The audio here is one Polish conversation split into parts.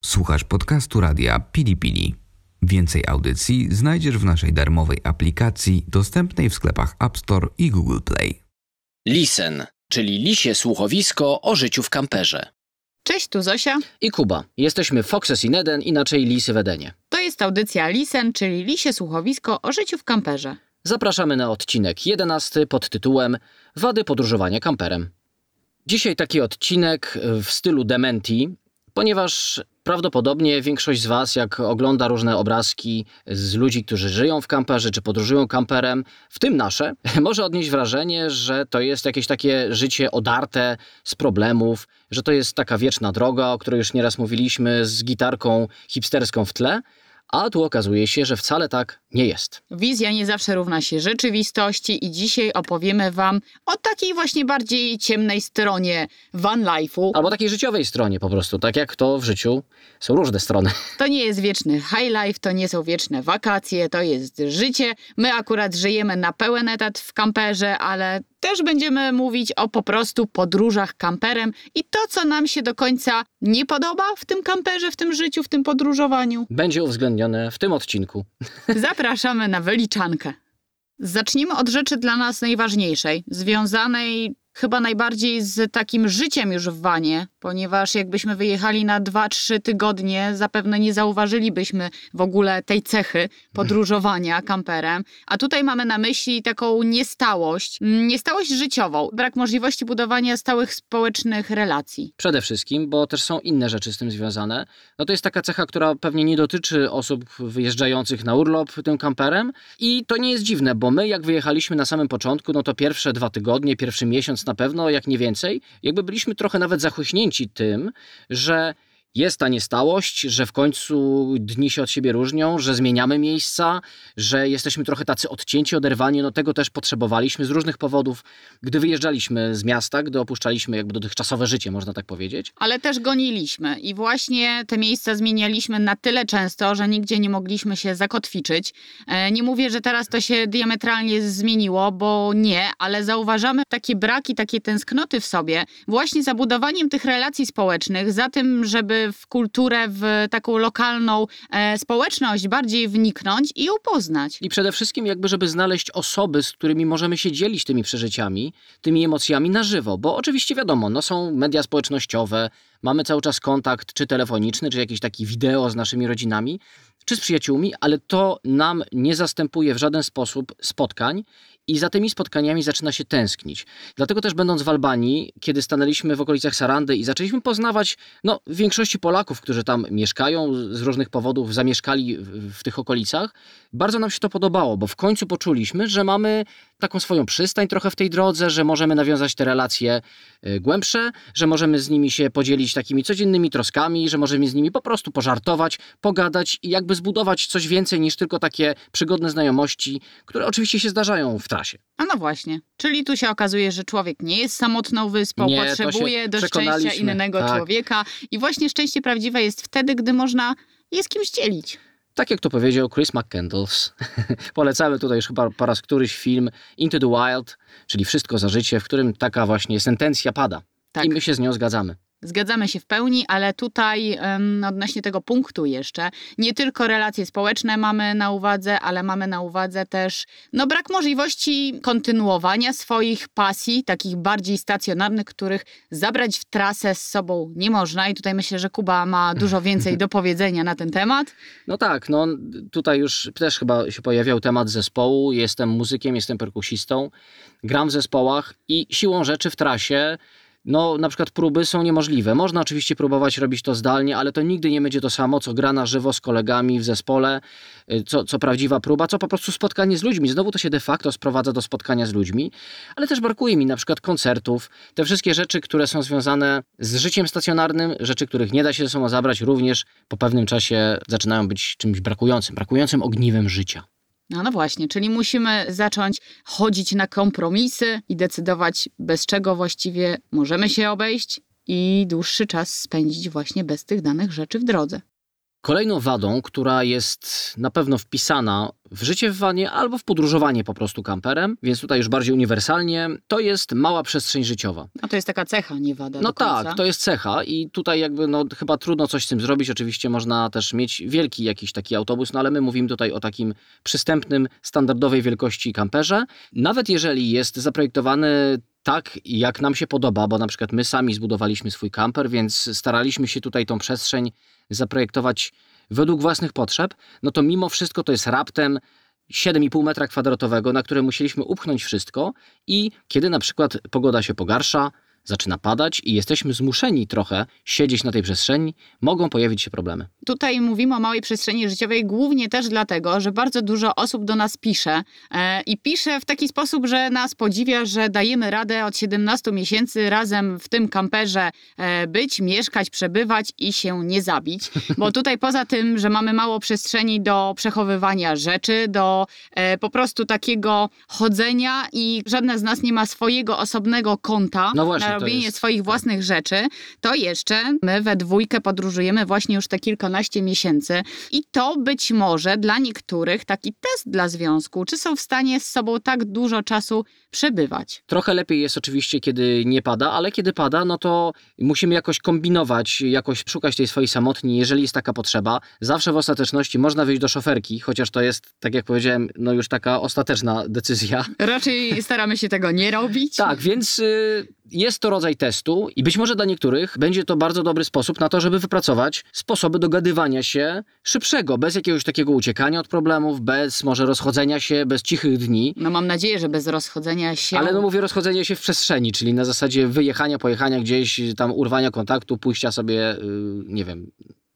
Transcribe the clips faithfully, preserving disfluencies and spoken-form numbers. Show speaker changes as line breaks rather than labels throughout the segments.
Słuchasz podcastu radia Pili Pili. Więcej audycji znajdziesz w naszej darmowej aplikacji dostępnej w sklepach App Store i Google Play.
Listen, czyli lisie słuchowisko o życiu w kamperze.
Cześć, tu Zosia
I Kuba. Jesteśmy Foxes in Eden, inaczej Lisy w Edenie.
To jest audycja Listen, czyli lisie słuchowisko o życiu w kamperze.
Zapraszamy na odcinek jedenasty pod tytułem Wady podróżowania kamperem. Dzisiaj taki odcinek w stylu Dementi, ponieważ prawdopodobnie większość z Was, jak ogląda różne obrazki z ludzi, którzy żyją w kamperze czy podróżują kamperem, w tym nasze, może odnieść wrażenie, że to jest jakieś takie życie odarte z problemów, że to jest taka wieczna droga, o której już nieraz mówiliśmy, z gitarką hipsterską w tle, a tu okazuje się, że wcale tak nie jest.
Wizja nie zawsze równa się rzeczywistości i dzisiaj opowiemy Wam o takiej właśnie bardziej ciemnej stronie van life'u.
Albo takiej życiowej stronie po prostu, tak jak to w życiu są różne strony.
To nie jest wieczny high life, to nie są wieczne wakacje, to jest życie. My akurat żyjemy na pełen etat w kamperze, ale też będziemy mówić o po prostu podróżach kamperem i to, co nam się do końca nie podoba w tym kamperze, w tym życiu, w tym podróżowaniu.
Będzie uwzględnione w tym odcinku.
Zapraszamy na wyliczankę. Zacznijmy od rzeczy dla nas najważniejszej, związanej chyba najbardziej z takim życiem już w vanie, ponieważ jakbyśmy wyjechali na dwa trzy tygodnie, zapewne nie zauważylibyśmy w ogóle tej cechy podróżowania kamperem. A tutaj mamy na myśli taką niestałość, niestałość życiową, brak możliwości budowania stałych społecznych relacji.
Przede wszystkim, bo też są inne rzeczy z tym związane. No to jest taka cecha, która pewnie nie dotyczy osób wyjeżdżających na urlop tym kamperem i to nie jest dziwne, bo my jak wyjechaliśmy na samym początku, no to pierwsze dwa tygodnie, pierwszy miesiąc na pewno, jak nie więcej, jakby byliśmy trochę nawet zachłyśnięci tym, że jest ta niestałość, że w końcu dni się od siebie różnią, że zmieniamy miejsca, że jesteśmy trochę tacy odcięci, oderwani. No tego też potrzebowaliśmy z różnych powodów, gdy wyjeżdżaliśmy z miasta, gdy opuszczaliśmy jakby dotychczasowe życie, można tak powiedzieć.
Ale też goniliśmy i właśnie te miejsca zmienialiśmy na tyle często, że nigdzie nie mogliśmy się zakotwiczyć. Nie mówię, że teraz to się diametralnie zmieniło, bo nie, ale zauważamy takie braki, takie tęsknoty w sobie właśnie za budowaniem tych relacji społecznych, za tym, żeby w kulturę, w taką lokalną e, społeczność bardziej wniknąć i ją poznać.
I przede wszystkim jakby, żeby znaleźć osoby, z którymi możemy się dzielić tymi przeżyciami, tymi emocjami na żywo, bo oczywiście wiadomo, no są media społecznościowe, mamy cały czas kontakt, czy telefoniczny, czy jakiś taki wideo z naszymi rodzinami, czy z przyjaciółmi, ale to nam nie zastępuje w żaden sposób spotkań i za tymi spotkaniami zaczyna się tęsknić. Dlatego też będąc w Albanii, kiedy stanęliśmy w okolicach Sarandy i zaczęliśmy poznawać no, w większości Polaków, którzy tam mieszkają, z różnych powodów zamieszkali w, w tych okolicach, bardzo nam się to podobało, bo w końcu poczuliśmy, że mamy taką swoją przystań trochę w tej drodze, że możemy nawiązać te relacje y, głębsze, że możemy z nimi się podzielić takimi codziennymi troskami, że możemy z nimi po prostu pożartować, pogadać i jakby zbudować coś więcej niż tylko takie przygodne znajomości, które oczywiście się zdarzają w trasie.
A no właśnie. Czyli tu się okazuje, że człowiek nie jest samotną wyspą,
nie,
potrzebuje do szczęścia innego
tak.
człowieka i właśnie szczęście prawdziwe jest wtedy, gdy można je z kimś dzielić.
Tak jak to powiedział Chris McCandless. Polecamy tutaj już chyba po raz któryś film Into the Wild, czyli Wszystko za życie, w którym taka właśnie sentencja pada. Tak. I my się z nią zgadzamy.
Zgadzamy się w pełni, ale tutaj um, odnośnie tego punktu jeszcze, nie tylko relacje społeczne mamy na uwadze, ale mamy na uwadze też no, brak możliwości kontynuowania swoich pasji, takich bardziej stacjonarnych, których zabrać w trasę z sobą nie można. I tutaj myślę, że Kuba ma dużo więcej do powiedzenia na ten temat.
No tak, no tutaj już też chyba się pojawiał temat zespołu. Jestem muzykiem, jestem perkusistą, gram w zespołach i siłą rzeczy w trasie no na przykład próby są niemożliwe. Można oczywiście próbować robić to zdalnie, ale to nigdy nie będzie to samo, co gra na żywo z kolegami w zespole, co, co prawdziwa próba, co po prostu spotkanie z ludźmi. Znowu to się de facto sprowadza do spotkania z ludźmi, ale też brakuje mi na przykład koncertów. Te wszystkie rzeczy, które są związane z życiem stacjonarnym, rzeczy, których nie da się ze sobą zabrać, również po pewnym czasie zaczynają być czymś brakującym, brakującym ogniwem życia.
No, no właśnie, czyli musimy zacząć chodzić na kompromisy i decydować, bez czego właściwie możemy się obejść i dłuższy czas spędzić właśnie bez tych danych rzeczy w drodze.
Kolejną wadą, która jest na pewno wpisana w życie w vanie albo w podróżowanie po prostu kamperem, więc tutaj już bardziej uniwersalnie, to jest mała przestrzeń życiowa.
A to jest taka cecha, nie wada
No
do końca.
tak, to jest cecha i tutaj jakby no chyba trudno coś z tym zrobić. Oczywiście można też mieć wielki jakiś taki autobus, no ale my mówimy tutaj o takim przystępnym, standardowej wielkości kamperze. Nawet jeżeli jest zaprojektowany tak, jak nam się podoba, bo na przykład my sami zbudowaliśmy swój kamper, więc staraliśmy się tutaj tą przestrzeń zaprojektować według własnych potrzeb, no to mimo wszystko to jest raptem siedem i pół metra kwadratowego, na które musieliśmy upchnąć wszystko i kiedy na przykład pogoda się pogarsza, zaczyna padać i jesteśmy zmuszeni trochę siedzieć na tej przestrzeni, mogą pojawić się problemy.
Tutaj mówimy o małej przestrzeni życiowej głównie też dlatego, że bardzo dużo osób do nas pisze e, i pisze w taki sposób, że nas podziwia, że dajemy radę od siedemnastu miesięcy razem w tym kamperze e, być, mieszkać, przebywać i się nie zabić. Bo tutaj poza tym, że mamy mało przestrzeni do przechowywania rzeczy, do e, po prostu takiego chodzenia i żadna z nas nie ma swojego osobnego konta,
no właśnie,
na robienie
jest...
swoich własnych rzeczy, to jeszcze my we dwójkę podróżujemy właśnie już te kilkanaście miesięcy i to być może dla niektórych taki test dla związku, czy są w stanie z sobą tak dużo czasu przebywać.
Trochę lepiej jest oczywiście, kiedy nie pada, ale kiedy pada, no to musimy jakoś kombinować, jakoś szukać tej swojej samotni, jeżeli jest taka potrzeba. Zawsze w ostateczności można wyjść do szoferki, chociaż to jest, tak jak powiedziałem, no już taka ostateczna decyzja.
Raczej staramy się tego nie robić.
Tak, więc y, jest to rodzaj testu i być może dla niektórych będzie to bardzo dobry sposób na to, żeby wypracować sposoby dogadywania się szybszego, bez jakiegoś takiego uciekania od problemów, bez może rozchodzenia się, bez cichych dni.
No mam nadzieję, że bez rozchodzenia się.
Ale no mówię rozchodzenie się w przestrzeni, czyli na zasadzie wyjechania, pojechania gdzieś, tam urwania kontaktu, pójścia sobie, yy, nie wiem,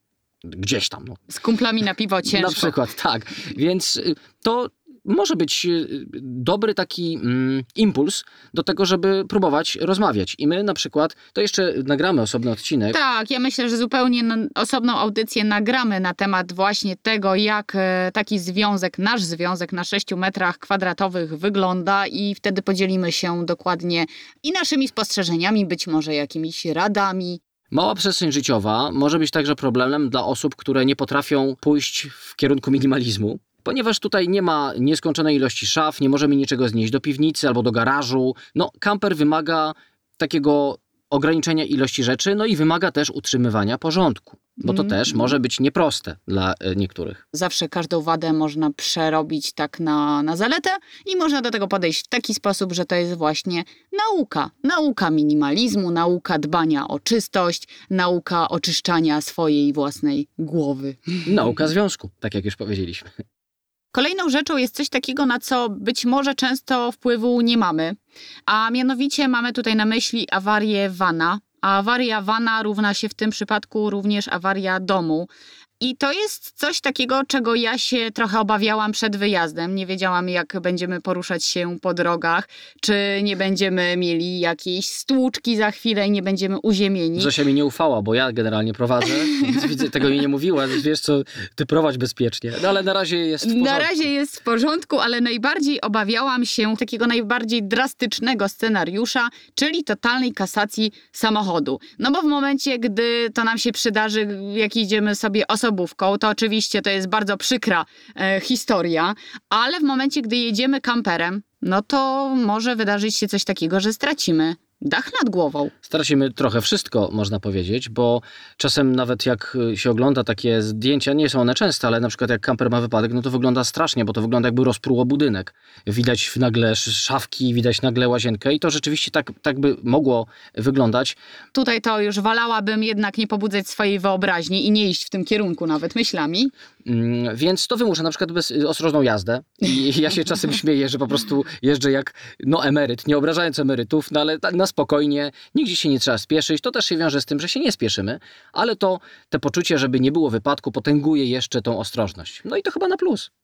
gdzieś tam. No.
Z kumplami na piwo ciężko.
Na przykład, tak. Więc yy, to może być dobry taki mm, impuls do tego, żeby próbować rozmawiać. I my na przykład, to jeszcze nagramy osobny odcinek.
Tak, ja myślę, że zupełnie na, osobną audycję nagramy na temat właśnie tego, jak e, taki związek, nasz związek na sześciu metrach kwadratowych wygląda i wtedy podzielimy się dokładnie i naszymi spostrzeżeniami, być może jakimiś radami.
Mała przestrzeń życiowa może być także problemem dla osób, które nie potrafią pójść w kierunku minimalizmu. Ponieważ tutaj nie ma nieskończonej ilości szaf, nie możemy niczego znieść do piwnicy albo do garażu. No, kamper wymaga takiego ograniczenia ilości rzeczy, no i wymaga też utrzymywania porządku. Bo to mm. też może być nieproste dla niektórych.
Zawsze każdą wadę można przerobić tak na, na zaletę i można do tego podejść w taki sposób, że to jest właśnie nauka. Nauka minimalizmu, nauka dbania o czystość, nauka oczyszczania swojej własnej głowy.
Nauka związku, tak jak już powiedzieliśmy.
Kolejną rzeczą jest coś takiego, na co być może często wpływu nie mamy, a mianowicie mamy tutaj na myśli awarię vana. A awaria vana równa się w tym przypadku również awaria domu. I to jest coś takiego, czego ja się trochę obawiałam przed wyjazdem. Nie wiedziałam, jak będziemy poruszać się po drogach, czy nie będziemy mieli jakiejś stłuczki za chwilę i nie będziemy uziemieni.
Zosia mi nie ufała, bo ja generalnie prowadzę, więc widzę, tego jej nie mówiła, więc wiesz co, ty prowadź bezpiecznie. No ale na razie jest w porządku.
Na razie jest w porządku, ale najbardziej obawiałam się takiego najbardziej drastycznego scenariusza, czyli totalnej kasacji samochodu. No bo w momencie, gdy to nam się przydarzy, jak idziemy sobie osobą, to oczywiście to jest bardzo przykra e, historia, ale w momencie, gdy jedziemy kamperem, no to może wydarzyć się coś takiego, że stracimy dach nad głową.
Stracimy trochę wszystko, można powiedzieć, bo czasem nawet jak się ogląda takie zdjęcia, nie są one częste, ale na przykład jak kamper ma wypadek, no to wygląda strasznie, bo to wygląda jakby rozpruło budynek. Widać nagle szafki, widać nagle łazienkę i to rzeczywiście tak, tak by mogło wyglądać.
Tutaj to już wolałabym jednak nie pobudzać swojej wyobraźni i nie iść w tym kierunku nawet myślami.
Mm, więc to wymusza na przykład bez, ostrożną jazdę. I ja się czasem śmieję, że po prostu jeżdżę jak no emeryt, nie obrażając emerytów, no ale na spokojnie, nigdzie się nie trzeba spieszyć. To też się wiąże z tym, że się nie spieszymy, ale to te poczucie, żeby nie było wypadku, potęguje jeszcze tą ostrożność. No i to chyba na plus.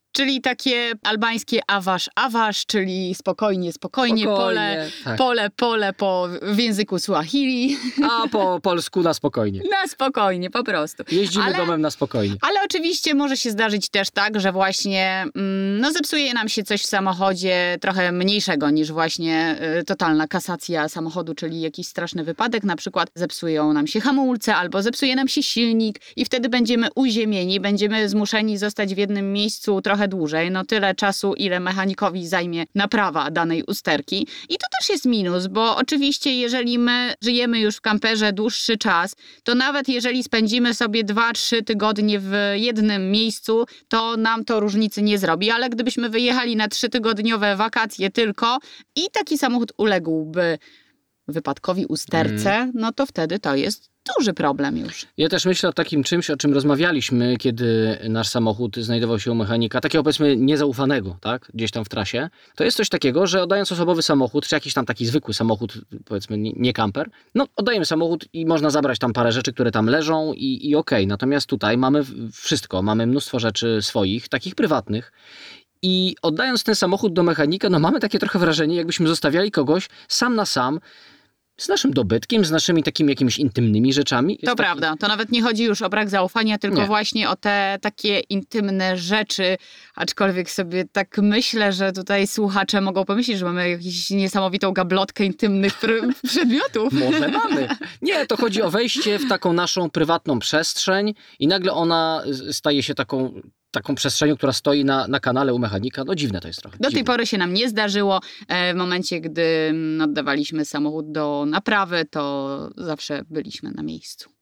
Czyli takie albańskie awasz, awasz, czyli spokojnie, spokojnie,
Spokojnie,
pole,
tak.
pole, pole po, w języku Swahili.
A po polsku na spokojnie.
Na spokojnie, po prostu.
Jeździmy
Ale-
domem na spokojnie.
Ale oczywiście może się zdarzyć też tak, że właśnie mm, no zepsuje nam się coś w samochodzie trochę mniejszego niż właśnie y, totalna kasacja samochodu, czyli jakiś straszny wypadek, na przykład zepsują nam się hamulce albo zepsuje nam się silnik i wtedy będziemy uziemieni, będziemy zmuszeni zostać w jednym miejscu trochę dłużej, no tyle czasu, ile mechanikowi zajmie naprawa danej usterki. I to też jest minus, bo oczywiście jeżeli my żyjemy już w kamperze dłuższy czas, to nawet jeżeli spędzimy sobie dwa trzy tygodnie w jednym miejscu, to nam to różnicy nie zrobi, ale gdybyśmy wyjechali na trzytygodniowe wakacje tylko i taki samochód uległby wypadkowi usterce, mm. no to wtedy to jest duży problem już.
Ja też myślę o takim czymś, o czym rozmawialiśmy, kiedy nasz samochód znajdował się u mechanika, takiego powiedzmy niezaufanego, tak, gdzieś tam w trasie. To jest coś takiego, że oddając osobowy samochód, czy jakiś tam taki zwykły samochód, powiedzmy nie, nie kamper, no oddajemy samochód i można zabrać tam parę rzeczy, które tam leżą i, i okej. Natomiast tutaj mamy wszystko, mamy mnóstwo rzeczy swoich, takich prywatnych. I oddając ten samochód do mechanika, no mamy takie trochę wrażenie, jakbyśmy zostawiali kogoś sam na sam, z naszym dobytkiem, z naszymi takimi jakimiś intymnymi rzeczami. Jest
To
taki...
prawda. To nawet nie chodzi już o brak zaufania, tylko
Nie.
właśnie o te takie intymne rzeczy. Aczkolwiek sobie tak myślę, że tutaj słuchacze mogą pomyśleć, że mamy jakąś niesamowitą gablotkę intymnych pr- przedmiotów.
Może mamy. Nie, to chodzi o wejście w taką naszą prywatną przestrzeń i nagle ona staje się taką, taką przestrzenią, która stoi na, na kanale u mechanika. No dziwne to jest trochę.
Do tej
dziwne.
pory się nam nie zdarzyło. E, W momencie, gdy mm, oddawaliśmy samochód do naprawy, to zawsze byliśmy na miejscu.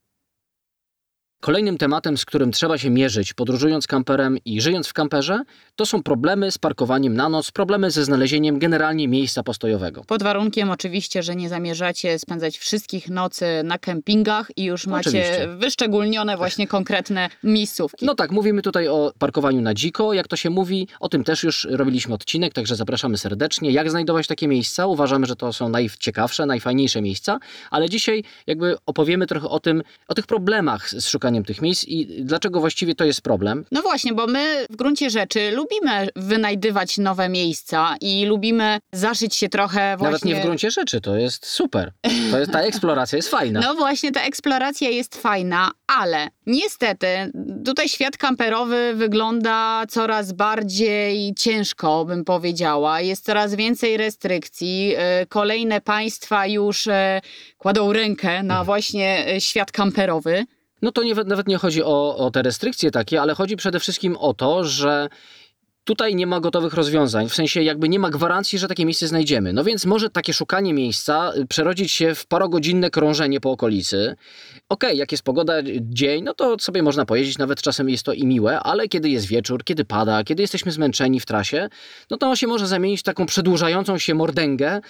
Kolejnym tematem, z którym trzeba się mierzyć, podróżując kamperem i żyjąc w kamperze, to są problemy z parkowaniem na noc, problemy ze znalezieniem generalnie miejsca postojowego.
Pod warunkiem oczywiście, że nie zamierzacie spędzać wszystkich nocy na kempingach i już macie
Oczywiście.
wyszczególnione właśnie konkretne miejscówki.
No tak, mówimy tutaj o parkowaniu na dziko, jak to się mówi. O tym też już robiliśmy odcinek, także zapraszamy serdecznie. Jak znajdować takie miejsca? Uważamy, że to są najciekawsze, najfajniejsze miejsca, ale dzisiaj jakby opowiemy trochę o tym, o tych problemach z szukaniem tych miejsc i dlaczego właściwie to jest problem.
No właśnie, bo my w gruncie rzeczy lubimy wynajdywać nowe miejsca i lubimy zaszyć się trochę właśnie...
Nawet nie w gruncie rzeczy, to jest super. To jest, ta eksploracja jest fajna.
No właśnie, ta eksploracja jest fajna, ale niestety tutaj świat kamperowy wygląda coraz bardziej ciężko, bym powiedziała. Jest coraz więcej restrykcji. E, Kolejne państwa już e, kładą rękę na właśnie e, świat kamperowy.
No to nie, nawet nie chodzi o, o te restrykcje takie, ale chodzi przede wszystkim o to, że tutaj nie ma gotowych rozwiązań, w sensie jakby nie ma gwarancji, że takie miejsce znajdziemy. No więc może takie szukanie miejsca przerodzić się w parogodzinne krążenie po okolicy. Okej, jak jest pogoda, dzień, no to sobie można pojeździć, nawet czasem jest to i miłe, ale kiedy jest wieczór, kiedy pada, kiedy jesteśmy zmęczeni w trasie, no to on się może zamienić w taką przedłużającą się mordęgę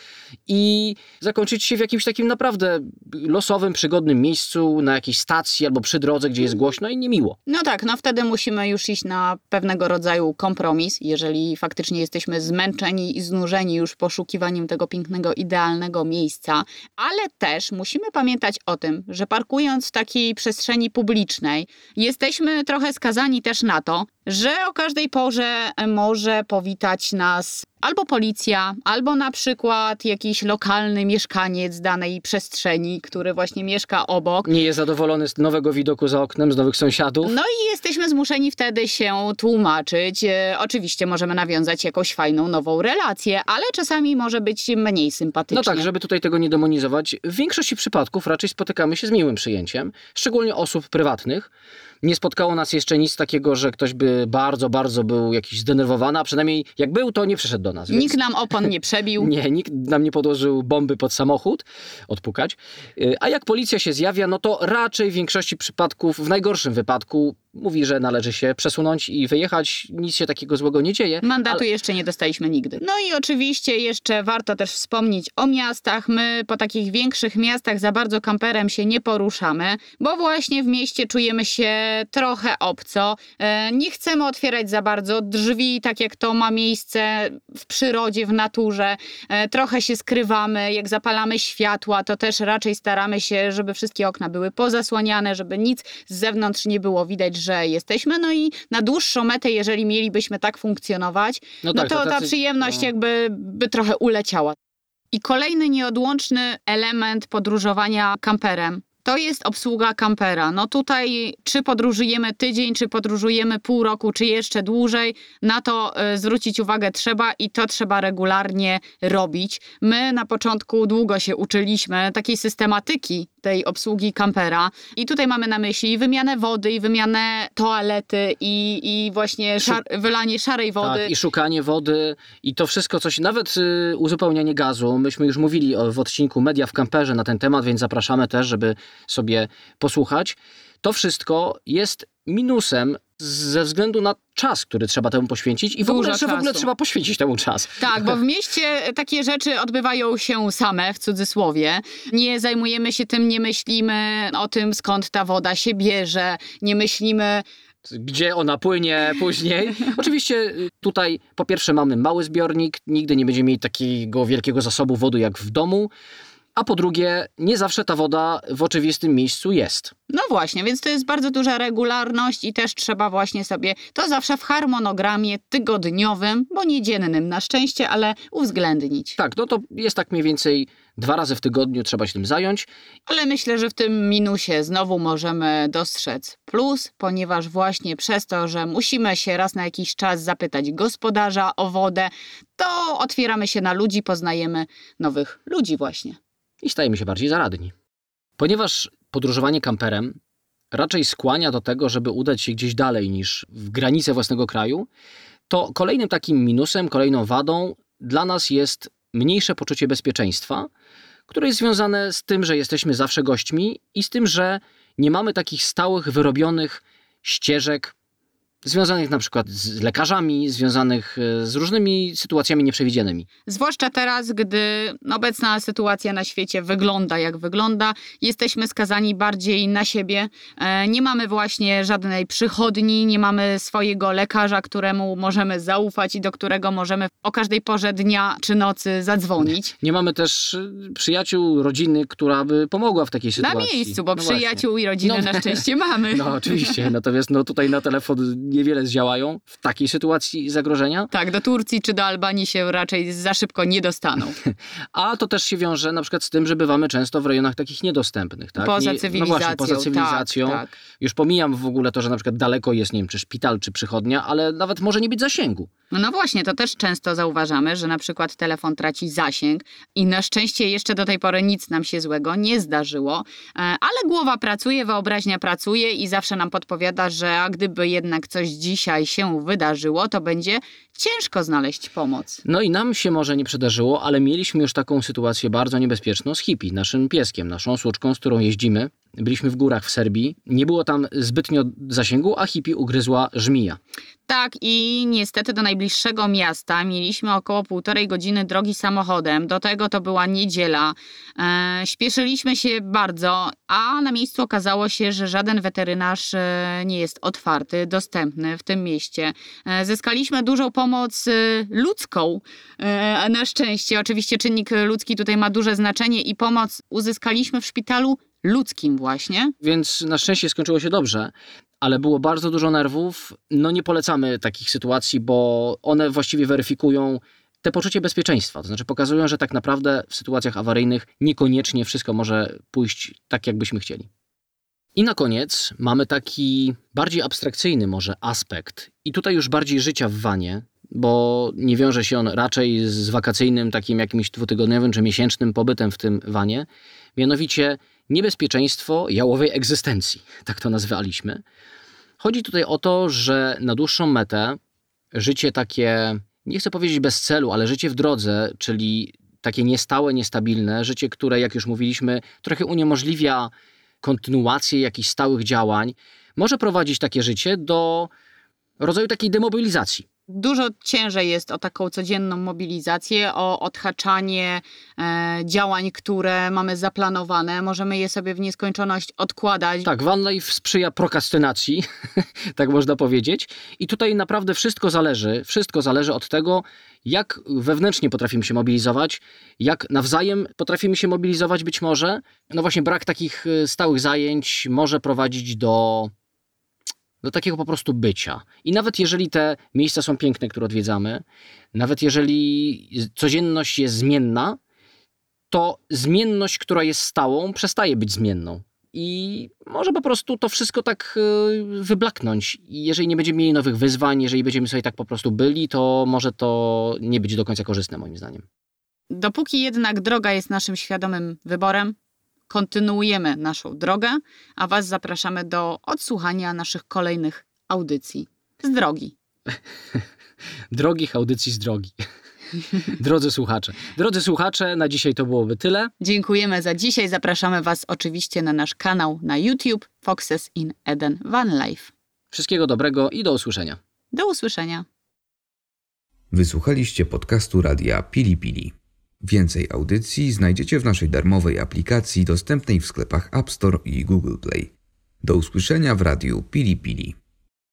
i zakończyć się w jakimś takim naprawdę losowym, przygodnym miejscu, na jakiejś stacji albo przy drodze, gdzie jest głośno i niemiło.
No tak, no wtedy musimy już iść na pewnego rodzaju kompromis, jeżeli faktycznie jesteśmy zmęczeni i znużeni już poszukiwaniem tego pięknego, idealnego miejsca, ale też musimy pamiętać o tym, że parkując w takiej przestrzeni publicznej, jesteśmy trochę skazani też na to, że o każdej porze może powitać nas albo policja, albo na przykład jakiś lokalny mieszkaniec danej przestrzeni, który właśnie mieszka obok.
Nie jest zadowolony z nowego widoku za oknem, z nowych sąsiadów.
No i jesteśmy zmuszeni wtedy się tłumaczyć. E, oczywiście możemy nawiązać jakąś fajną, nową relację, ale czasami może być mniej sympatycznie.
No tak, żeby tutaj tego nie demonizować, w większości przypadków raczej spotykamy się z miłym przyjęciem, szczególnie osób prywatnych. Nie spotkało nas jeszcze nic takiego, że ktoś by bardzo, bardzo był jakiś zdenerwowany, a przynajmniej jak był, to nie przyszedł do nas. Więc...
Nikt nam opon nie przebił.
Nie, nikt nam nie podłożył bomby pod samochód, odpukać. A jak policja się zjawia, no to raczej w większości przypadków, w najgorszym wypadku, mówi, że należy się przesunąć i wyjechać. Nic się takiego złego nie dzieje.
Mandatu
ale...
jeszcze nie dostaliśmy nigdy. No i oczywiście jeszcze warto też wspomnieć o miastach. My po takich większych miastach za bardzo kamperem się nie poruszamy, bo właśnie w mieście czujemy się trochę obco. E, nie chcemy otwierać za bardzo drzwi, tak jak to ma miejsce w przyrodzie, w naturze. E, trochę się skrywamy. Jak zapalamy światła, to też raczej staramy się, żeby wszystkie okna były pozasłaniane, żeby nic z zewnątrz nie było widać, że jesteśmy. No i na dłuższą metę, jeżeli mielibyśmy tak funkcjonować, no, no tak, to, to tacy... ta przyjemność no. jakby by trochę uleciała. I kolejny nieodłączny element podróżowania kamperem to jest obsługa kampera. No tutaj czy podróżujemy tydzień, czy podróżujemy pół roku, czy jeszcze dłużej, na to y, zwrócić uwagę trzeba i to trzeba regularnie robić. My na początku długo się uczyliśmy takiej systematyki tej obsługi kampera i tutaj mamy na myśli wymianę wody i wymianę toalety i, i właśnie szar, wylanie szarej wody.
Tak, i szukanie wody i to wszystko coś, nawet y, uzupełnianie gazu. Myśmy już mówili o, w odcinku Media w kamperze na ten temat, więc zapraszamy też, żeby sobie posłuchać. To wszystko jest minusem ze względu na czas, który trzeba temu poświęcić i w ogóle, że w ogóle trzeba poświęcić temu czas.
Tak, bo w mieście takie rzeczy odbywają się same, w cudzysłowie. Nie zajmujemy się tym, nie myślimy o tym, skąd ta woda się bierze, nie myślimy...
Gdzie ona płynie później. Oczywiście tutaj po pierwsze mamy mały zbiornik, nigdy nie będziemy mieli takiego wielkiego zasobu wody jak w domu. A po drugie, nie zawsze ta woda w oczywistym miejscu jest.
No właśnie, więc to jest bardzo duża regularność i też trzeba właśnie sobie to zawsze w harmonogramie tygodniowym, bo nie dziennym na szczęście, ale uwzględnić.
Tak, no to jest tak mniej więcej dwa razy w tygodniu trzeba się tym zająć.
Ale myślę, że w tym minusie znowu możemy dostrzec plus, ponieważ właśnie przez to, że musimy się raz na jakiś czas zapytać gospodarza o wodę, to otwieramy się na ludzi, poznajemy nowych ludzi właśnie.
I stajemy się bardziej zaradni. Ponieważ podróżowanie kamperem raczej skłania do tego, żeby udać się gdzieś dalej niż w granice własnego kraju, to kolejnym takim minusem, kolejną wadą dla nas jest mniejsze poczucie bezpieczeństwa, które jest związane z tym, że jesteśmy zawsze gośćmi i z tym, że nie mamy takich stałych, wyrobionych ścieżek związanych na przykład z lekarzami, związanych z różnymi sytuacjami nieprzewidzianymi.
Zwłaszcza teraz, gdy obecna sytuacja na świecie wygląda jak wygląda, jesteśmy skazani bardziej na siebie. Nie mamy właśnie żadnej przychodni, nie mamy swojego lekarza, któremu możemy zaufać i do którego możemy o każdej porze dnia czy nocy zadzwonić.
Nie mamy też przyjaciół, rodziny, która by pomogła w takiej sytuacji.
Na miejscu, bo
no
przyjaciół
właśnie.
i rodziny
no,
na szczęście mamy.
No oczywiście, natomiast no, tutaj na telefon niewiele zdziałają w takiej sytuacji zagrożenia.
Tak, do Turcji czy do Albanii się raczej za szybko nie dostaną.
A to też się wiąże na przykład z tym, że bywamy często w rejonach takich niedostępnych. Tak?
Poza
nie,
cywilizacją.
No właśnie, poza cywilizacją.
Tak, tak.
Już pomijam w ogóle to, że na przykład daleko jest, nie wiem, czy szpital, czy przychodnia, ale nawet może nie być zasięgu.
No, no właśnie, to też często zauważamy, że na przykład telefon traci zasięg i na szczęście jeszcze do tej pory nic nam się złego nie zdarzyło, ale głowa pracuje, wyobraźnia pracuje i zawsze nam podpowiada, że a gdyby jednak coś dzisiaj się wydarzyło, to będzie ciężko znaleźć pomoc.
No i nam się może nie przydarzyło, ale mieliśmy już taką sytuację bardzo niebezpieczną z Hippie, naszym pieskiem, naszą słuczką, z którą jeździmy. Byliśmy w górach w Serbii, nie było tam zbytnio zasięgu, a Hippie ugryzła żmija.
Tak i niestety do najbliższego miasta mieliśmy około półtorej godziny drogi samochodem. Do tego to była niedziela. E, śpieszyliśmy się bardzo, a na miejscu okazało się, że żaden weterynarz e, nie jest otwarty, dostępny w tym mieście. E, zyskaliśmy dużą pomoc e, ludzką, e, na szczęście. Oczywiście czynnik ludzki tutaj ma duże znaczenie i pomoc uzyskaliśmy w szpitalu ludzkim właśnie.
Więc na szczęście skończyło się dobrze, ale było bardzo dużo nerwów. No nie polecamy takich sytuacji, bo one właściwie weryfikują te poczucie bezpieczeństwa. To znaczy pokazują, że tak naprawdę w sytuacjach awaryjnych niekoniecznie wszystko może pójść tak, jak byśmy chcieli. I na koniec mamy taki bardziej abstrakcyjny może aspekt i tutaj już bardziej życia w vanie, bo nie wiąże się on raczej z wakacyjnym takim jakimś dwutygodniowym czy miesięcznym pobytem w tym vanie, mianowicie niebezpieczeństwo jałowej egzystencji, tak to nazwaliśmy. Chodzi tutaj o to, że na dłuższą metę życie takie, nie chcę powiedzieć bez celu, ale życie w drodze, czyli takie niestałe, niestabilne, życie, które, jak już mówiliśmy, trochę uniemożliwia kontynuację jakichś stałych działań, może prowadzić takie życie do rodzaju takiej demobilizacji.
Dużo ciężej jest o taką codzienną mobilizację, o odhaczanie e, działań, które mamy zaplanowane. Możemy je sobie w nieskończoność odkładać.
Tak, van life sprzyja prokrastynacji, tak można powiedzieć. I tutaj naprawdę wszystko zależy, wszystko zależy od tego, jak wewnętrznie potrafimy się mobilizować, jak nawzajem potrafimy się mobilizować być może. No właśnie brak takich stałych zajęć może prowadzić do do takiego po prostu bycia. I nawet jeżeli te miejsca są piękne, które odwiedzamy, nawet jeżeli codzienność jest zmienna, to zmienność, która jest stałą, przestaje być zmienną. I może po prostu to wszystko tak wyblaknąć. I jeżeli nie będziemy mieli nowych wyzwań, jeżeli będziemy sobie tak po prostu byli, to może to nie być do końca korzystne, moim zdaniem.
Dopóki jednak droga jest naszym świadomym wyborem, kontynuujemy naszą drogę, a Was zapraszamy do odsłuchania naszych kolejnych audycji z drogi.
Drogich audycji z drogi. Drodzy słuchacze. Drodzy słuchacze, na dzisiaj to byłoby tyle.
Dziękujemy za dzisiaj. Zapraszamy Was oczywiście na nasz kanał na YouTube Foxes in Eden Van Life.
Wszystkiego dobrego i do usłyszenia.
Do usłyszenia.
Wysłuchaliście podcastu Radia Pili Pili. Więcej audycji znajdziecie w naszej darmowej aplikacji dostępnej w sklepach App Store i Google Play. Do usłyszenia w Radiu Pili Pili.